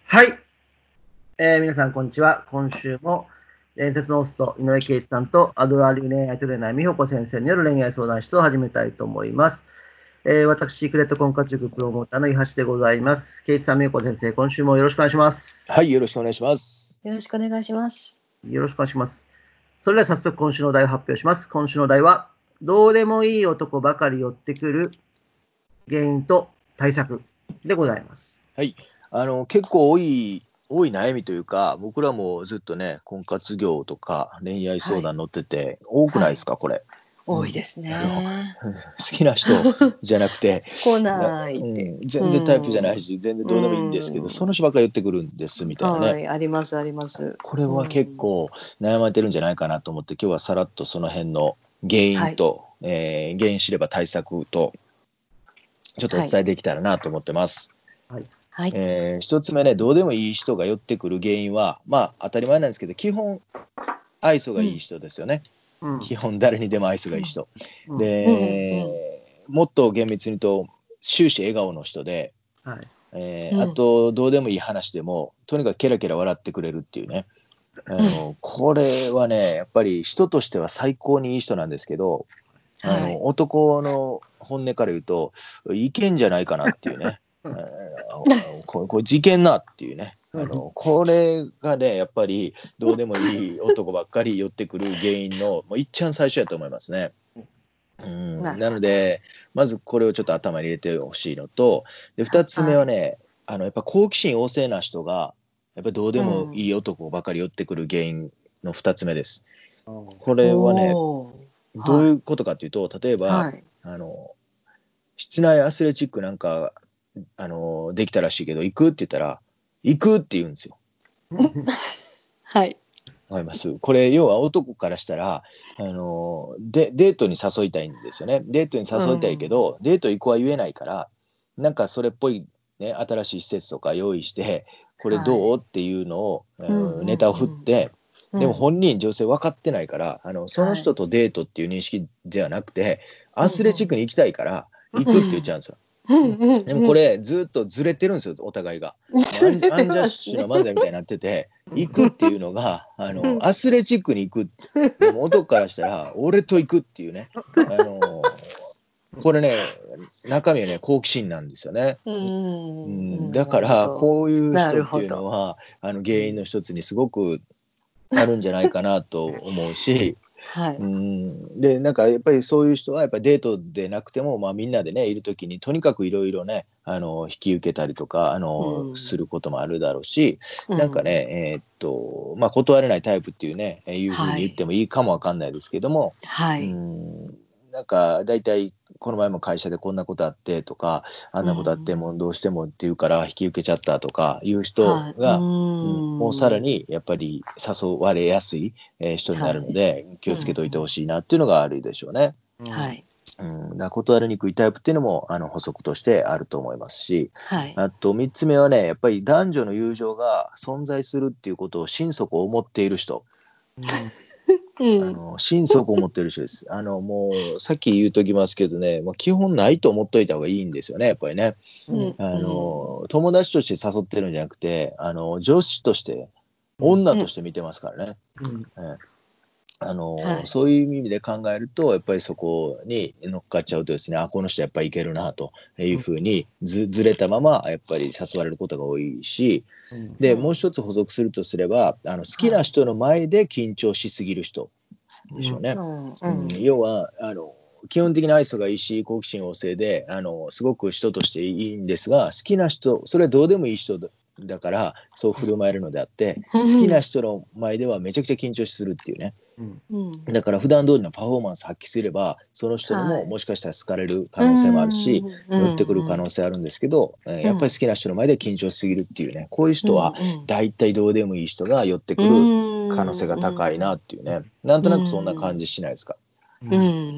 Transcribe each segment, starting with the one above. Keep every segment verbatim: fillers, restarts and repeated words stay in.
はい、えー皆さん、こんにちは。今週も伝説のホスト、井上圭一さんとアドラー流恋愛トレーナー、美穂子先生による恋愛相談室を始めたいと思います。えー私、シークレット婚活塾プロモーターの伊橋でございます。圭一さん、美穂子先生、今週もよろしくお願いします。 はい、よろしくお願いします。 よろしくお願いします。 よろしくお願いします。それでは早速、今週のお題を発表します。今週のお題は、どうでもいい男ばかり寄ってくる原因と対策でございます。 はい、あの結構多い多い悩みというか、僕らもずっとね、婚活業とか恋愛相談乗ってて、多くないですか、これ。 多いですね。 あの好きな人じゃなくて来な、 ないっうて。 ん、全然タイプじゃないし、全然どうでもいいんですけど、その人ばっかり寄ってくるんですみたいなね。 はい、ありますあります。 これは結構悩まれてるんじゃないかなと思って、今日はさらっとその辺の原因と、えー原因知れば対策とちょっとお伝えできたらなと思ってます。 はい。 はい。 えー一つ目ね、どうでもいい人が寄ってくる原因は、まあ当たり前なんですけど、基本愛想がいい人ですよね。 うん。 基本誰にでも愛想がいい人。 うん。 で、もっと厳密に言うと、終始笑顔の人で、 はい。 えーあとどうでもいい話でも、とにかくケラケラ笑ってくれるっていうね。あの、これはね、やっぱり人としては最高にいい人なんですけど、あの、 はい。 男の本音から言うと、いけんじゃないかなっていうね。 うんあのここれ事件なっていうね。あのこれがね、やっぱりどうでもいい男ばっかり寄ってくる原因のもういっちゃん最初やと思いますね。うん、ななるほど。 のでまずこれをちょっと頭に入れてほしいのと、でふたつめはね、あのやっぱ好奇心旺盛な人がやっぱどうでもいい男ばかり寄ってくる原因のふたつめです。これはね、 おーどうはい。 いうことかというと、例えば、 はい。 あの室内アスレチックなんかあのできたらしいけど行くって言ったら行くって言うんですよ。 はい。 わかります。これ要は男からしたらあのでデートに誘いたいんですよね。デートに誘いたいけど、デート行こうは言えないから、なんかそれっぽいね、新しい施設とか用意してこれどうっていうのを、うん、ネタを振って、でも本人女性分かってないから、あのその人とデートっていう認識ではなくて、アスレチックに行きたいから行くって言っちゃうんですよ。でもこれずっとずれてるんですよ、お互いが。もうアンジャアンジャッシュな漫才みたいになってて、行くっていうのがあのアスレチックに行くって、でも男からしたら俺と行くっていうね、あのこれね、中身はね好奇心なんですよね。 ううん。 ん、だからこういうな人っていうのるほど。 はあの原因の一つにすごくあるんじゃないかなと思うし、 はい。 うん、でなんかやっぱりそういう人はやっぱりデートでなくても、まあ、みんなでねいる時にとにかくいろいろねあの引き受けたりとかあのすることもあるだろうし、なんかねえーっとまあ断れないタイプっていうねいうふうに言ってもいいかもわかんないですけども、うはい。 ん、なんか大体この前も会社でこんなことあってとか、あんなことあってもうどうしてもっていうから引き受けちゃったとかいう人はい。 が、うん、もうさらにやっぱり誘われやすい、えー人になるので気をつけておいてほしいなっていうのがあるでしょうね。 はい。 うん、だから断りにくいタイプっていうのもあの補足としてあると思いますし、 はい。 あとみっつめはね、やっぱり男女の友情が存在するっていうことを心底思っている人。あの心底思ってる人です。あのもうさっき言うときますけどね、もう基本ないと思っといた方がいいんですよね、やっぱりね。あの友達として誘ってるんじゃなくて、あの女子として女として見てますからね。えーあのそういう意味で考えると、やっぱりそこに乗っかっちゃうとですね、あこの人やっぱりいけるなというふうにずずれたままやっぱり誘われることが多いし、でもう一つ補足するとすれば、あの好きな人の前で緊張しすぎる人でしょうね。うん、要はあの基本的に愛想がいいし好奇心旺盛であのすごく人としていいんですが、好きな人それはどうでもいい人だからそう振る舞えるのであって、好きな人の前ではめちゃくちゃ緊張するっていうね。だから普段通りのパフォーマンス発揮すればその人にももしかしたら好かれる可能性もあるし、寄ってくる可能性あるんですけど、やっぱり好きな人の前で緊張しすぎるっていうね、こういう人は大体どうでもいい人が寄ってくる可能性が高いなっていうね、なんとなくそんな感じしないですか。 うん、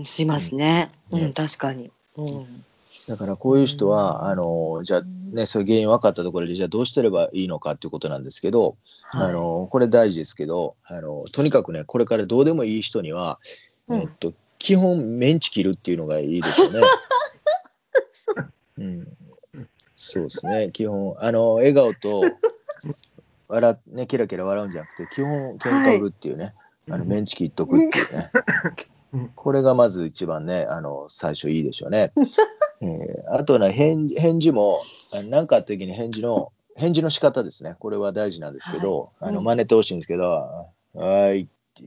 しますね。うん、確かに。うん。 だからこういう人はあのじゃあね、そういう原因分かったところでじゃあどうしてればいいのかっていうことなんですけど、あのこれ大事ですけど、あのとにかくねこれからどうでもいい人には、えっと基本メンチ切るっていうのがいいでしょうね。うん、そうですね、基本あの笑顔と笑ねキラキラ笑うんじゃなくて基本喧嘩売るっていうね、はい、あのメンチ切っとくっていうねこれがまず一番ねあの最初いいでしょうね。えー、あとね返事返事も何かあった時に返事の返事の仕方ですね。これは大事なんですけど、はい、あの真似てほしいんですけど、うん、はいっていう、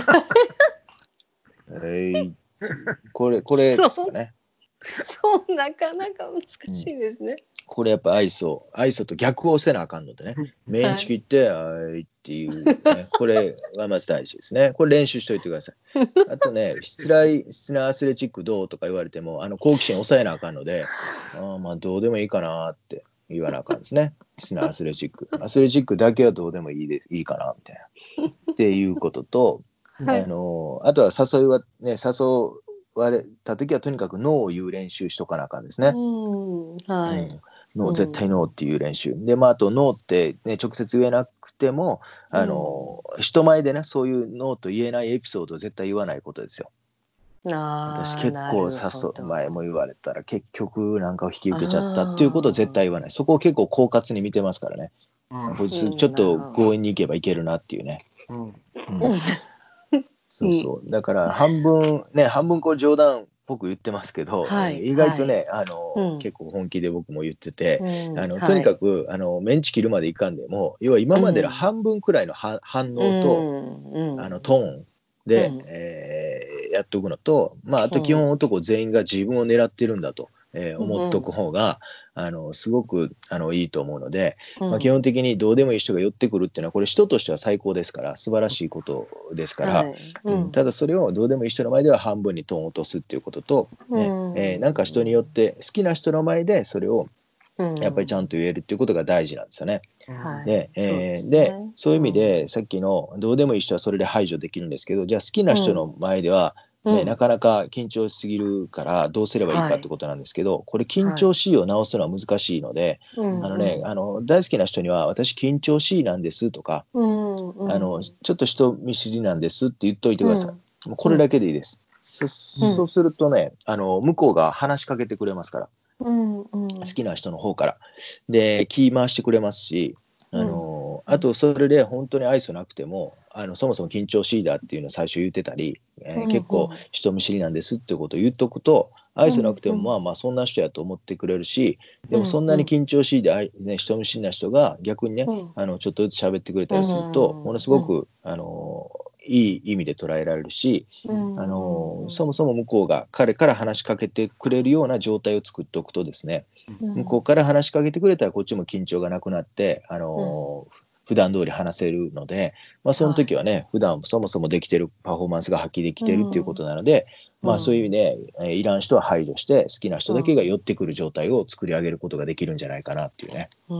はいっていうこれこれですかね。 そうなかなか難しいですね。うん、 これやっぱ愛想愛想と逆をせなあかんのでね、メンチ切ってはいっていうね、これはまず大事ですね。これ練習しといてください。あとね、失礼失礼アスレチックどうとか言われてもあの好奇心抑えなあかんので、あまあどうでもいいかなって言わなあかんですね。失礼アスレチックアスレチックだけはどうでもいいでいいかなみたいなっていうことと、はい、あのあとは誘いはね誘われた時はとにかくノーを言う練習しとかなあかんですね。 うんはい、うん、 ノー絶対ノーっていう練習で、まあ、あとノーって、ね、直接言えなくてもあの、うん、人前でねそういうノーと言えないエピソードを絶対言わないことですよ。私結構誘前も言われたら結局なんかを引き受けちゃったっていうことを絶対言わない。そこを結構狡猾に見てますからね、うん、こいつちょっと強引に行けばいけるなっていうね、うんうん、そうそうだから半分ね半分こう冗談っぽく言ってますけど、はい、意外とね、はい、あの、うん、結構本気で僕も言ってて、うん、あのとにかく、はい、あのメンチ切るまでいかんでも要は今までの半分くらいの反応と、うん、あのトーンで、うんえー、やっとくのと、まあ、あと基本男全員が自分を狙ってるんだと、えー、思っとく方が、うん、あのすごくあのいいと思うので、うんまあ、基本的にどうでもいい人が寄ってくるっていうのはこれ人としては最高ですから素晴らしいことですから、はいうん、ただそれをどうでもいい人の前では半分にトーン落とすっていうことと、ねうんえー、なんか人によって好きな人の前でそれをやっぱりちゃんと言えるっていうことが大事なんですよね。はいでえー、でそういう意味で、うん、さっきのどうでもいい人はそれで排除できるんですけどじゃあ好きな人の前では、ねうん、なかなか緊張しすぎるからどうすればいいかってことなんですけど、はい、これ緊張しいを直すのは難しいので、はい、あのね、うん、あの大好きな人には私緊張しいなんですとか、うんうん、あのちょっと人見知りなんですって言っといてください。うん、もうこれだけでいいです。うん、そ, そうするとねあの向こうが話しかけてくれますから。うんうん、好きな人の方からで気回してくれますしあの、うん、あとそれで本当に愛想なくてもあのそもそも緊張しいだっていうのを最初言ってたり、えーうん、結構人見知りなんですってことを言っとくと愛想なくてもまあまあそんな人やと思ってくれるしでもそんなに緊張しいで、ね、人見知りな人が逆にね、うん、あのちょっとずつ喋ってくれたりするとものすごく、うん、あのいい意味で捉えられるし、うん、あのそもそも向こうが彼から話しかけてくれるような状態を作っておくとですね、うん、向こうから話しかけてくれたらこっちも緊張がなくなって、あのうん、普段通り話せるので、まあ、その時はね、はい、普段そもそもできてるパフォーマンスが発揮できてるっていうことなので、うん、まあそういう意味で、えいらん人は排除して好きな人だけが寄ってくる状態を作り上げることができるんじゃないかなっていうね、うん、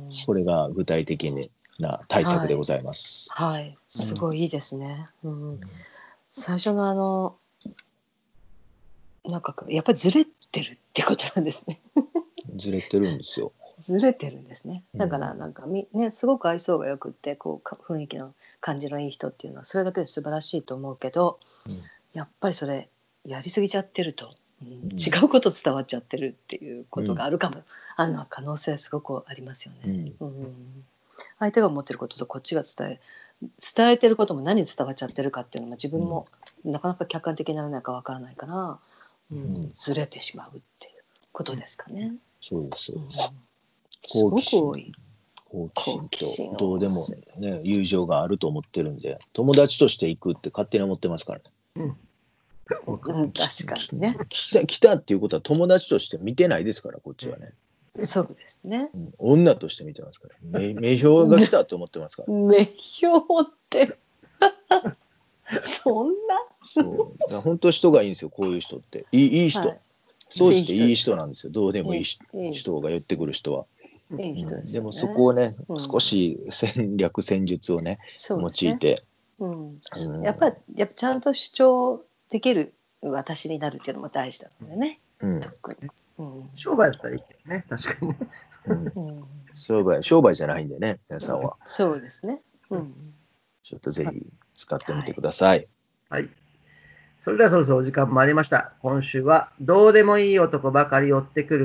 これが具体的にな対策でございます。 はい、はい、すごいいいですね。うんうん、最初のあのなんかやっぱりずれてるってことなんですね。 ずれてるんですよ。 ずれてるんですね。だからなんかみねすごく愛想がよくってこう雰囲気の感じのいい人っていうのはそれだけで素晴らしいと思うけど、うん、やっぱりそれやりすぎちゃってると、うん、違うこと伝わっちゃってるっていうことがあるかも、うん、ある可能性すごくありますよね。うんうん、相手が思ってることとこっちが伝え伝えてることも何伝わっちゃってるかっていうのも自分もなかなか客観的にならないかわからないから、うんうん、ずれてしまうっていうことですかね。 そうですそうです。 うん好奇心多い好奇心とどうでもね友情があると思ってるんで友達として行くって勝手に思ってますからね。 うんうん、確かにね来た、来たっていうことは友達として見てないですからこっちはね。 そうですね、 うん、女として見てますから。目標が来たと思ってますから。 目標ってそんなそうだから本当人がいいんですよこういう人っていい、いい人、はい、そうしていい人なんですよどうでもいい人が寄ってくる人は。いい人ですよね、うん、でもそこをね、うん、少し戦略戦術をね用いて、 うんうん、やっぱやっぱちゃんと主張できる私になるっていうのも大事だもんね、うん、特に、 うん、商売だったらいいけどね確かにね、 うん、商売商売じゃないんでね皆さんは、 そうですね、うん、 ちょっとぜひ使ってみてください。 はい、はい、それではそろそろお時間もありました。今週はどうでもいい男ばかり寄ってくる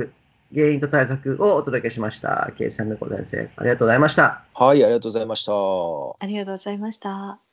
原因と対策をお届けしました。ケイさん、めこ先生、ありがとうございました。 はい、ありがとうございました。 ありがとうございました。